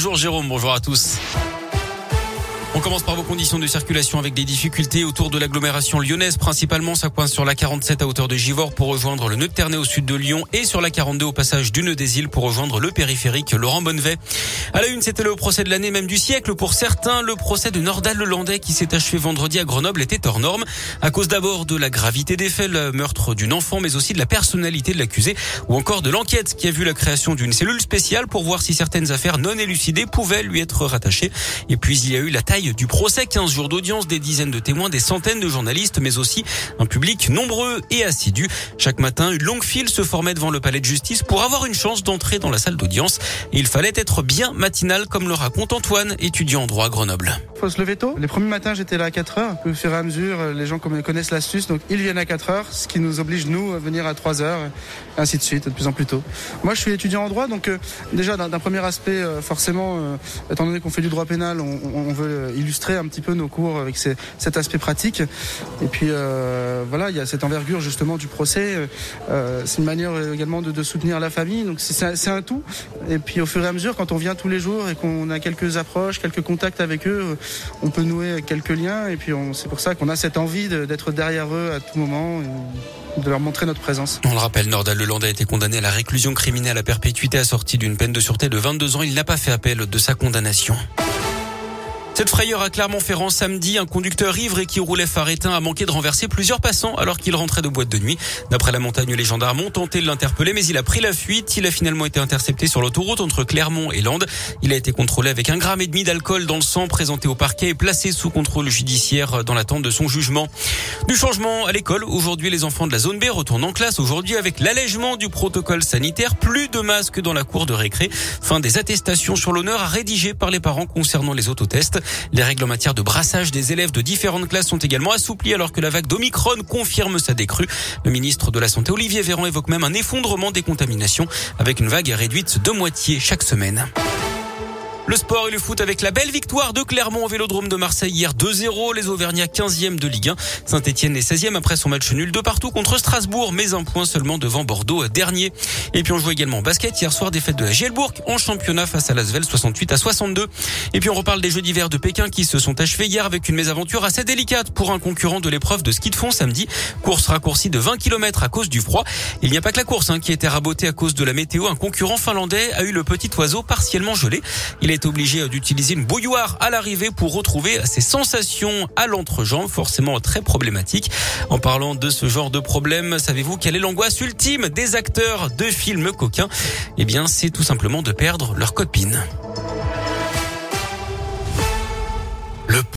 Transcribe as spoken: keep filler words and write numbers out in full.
Bonjour Jérôme, bonjour à tous. On commence par vos conditions de circulation avec des difficultés autour de l'agglomération lyonnaise. Principalement, ça coince sur la quarante-sept à hauteur de Givors pour rejoindre le nœud de Ternay au sud de Lyon et sur la quarante-deux au passage du nœud des Îles pour rejoindre le périphérique Laurent Bonnevet. À la une, c'était le procès de l'année, même du siècle pour certains. Le procès de Nordal Lelandais qui s'est achevé vendredi à Grenoble était hors norme à cause d'abord de la gravité des faits, le meurtre d'une enfant, mais aussi de la personnalité de l'accusé ou encore de l'enquête qui a vu la création d'une cellule spéciale pour voir si certaines affaires non élucidées pouvaient lui être rattachées. Et puis, il y a eu la taille du procès, quinze jours d'audience, des dizaines de témoins, des centaines de journalistes, mais aussi un public nombreux et assidu. Chaque matin, une longue file se formait devant le palais de justice pour avoir une chance d'entrer dans la salle d'audience. Et il fallait être bien matinal, comme le raconte Antoine, étudiant en droit à Grenoble. Faut se lever tôt. Les premiers matins, j'étais là à quatre heures. Au fur et à mesure, les gens connaissent l'astuce, donc ils viennent à quatre heures, ce qui nous oblige, nous, à venir à trois heures, et ainsi de suite, de plus en plus tôt. Moi, je suis étudiant en droit, donc euh, déjà, d'un, d'un premier aspect, euh, forcément, euh, étant donné qu'on fait du droit pénal, on, on veut illustrer un petit peu nos cours avec ces, cet aspect pratique. Et puis, euh, voilà, il y a cette envergure, justement, du procès. Euh, c'est une manière également de, de soutenir la famille, donc c'est, c'est un tout. Et puis, au fur et à mesure, quand on vient tous les jours et qu'on a quelques approches, quelques contacts avec eux, on peut nouer quelques liens. Et puis, on, c'est pour ça qu'on a cette envie de, d'être derrière eux à tout moment et de leur montrer notre présence. On le rappelle, Nordal Lelandais a été condamné à la réclusion criminelle à perpétuité assortie d'une peine de sûreté de vingt-deux ans. Il n'a pas fait appel de sa condamnation. Cette frayeur à Clermont-Ferrand samedi, un conducteur ivre et qui roulait phare éteint a manqué de renverser plusieurs passants alors qu'il rentrait de boîte de nuit. D'après la montagne, les gendarmes ont tenté de l'interpeller, mais il a pris la fuite. Il a finalement été intercepté sur l'autoroute entre Clermont et Landes. Il a été contrôlé avec un gramme et demi d'alcool dans le sang, présenté au parquet et placé sous contrôle judiciaire dans l'attente de son jugement. Du changement à l'école. Aujourd'hui, les enfants de la zone B retournent en classe aujourd'hui avec l'allègement du protocole sanitaire. Plus de masques dans la cour de récré. Fin des attestations sur l'honneur à rédiger par les parents concernant les autotests. Les règles en matière de brassage des élèves de différentes classes sont également assouplies alors que la vague d'Omicron confirme sa décrue. Le ministre de la Santé, Olivier Véran, évoque même un effondrement des contaminations avec une vague réduite de moitié chaque semaine. Le sport et le foot avec la belle victoire de Clermont au Vélodrome de Marseille hier deux zéro. Les Auvergnats quinzième de Ligue un. Saint-Etienne est seizième après son match nul de partout contre Strasbourg, mais un point seulement devant Bordeaux dernier. Et puis on joue également au basket. Hier soir, défaite de la Gielbourg en championnat face à l'Asvel soixante-huit à soixante-deux. Et puis on reparle des Jeux d'hiver de Pékin qui se sont achevés hier avec une mésaventure assez délicate pour un concurrent de l'épreuve de ski de fond samedi. Course raccourcie de vingt kilomètres à cause du froid. Il n'y a pas que la course hein, qui a été rabotée à cause de la météo. Un concurrent finlandais a eu le petit oiseau partiellement gelé. Il a été obligé d'utiliser une bouilloire à l'arrivée pour retrouver ses sensations à l'entrejambe, forcément très problématique. En parlant de ce genre de problème, savez-vous quelle est l'angoisse ultime des acteurs de films coquins ? Eh bien, c'est tout simplement de perdre leur code PIN.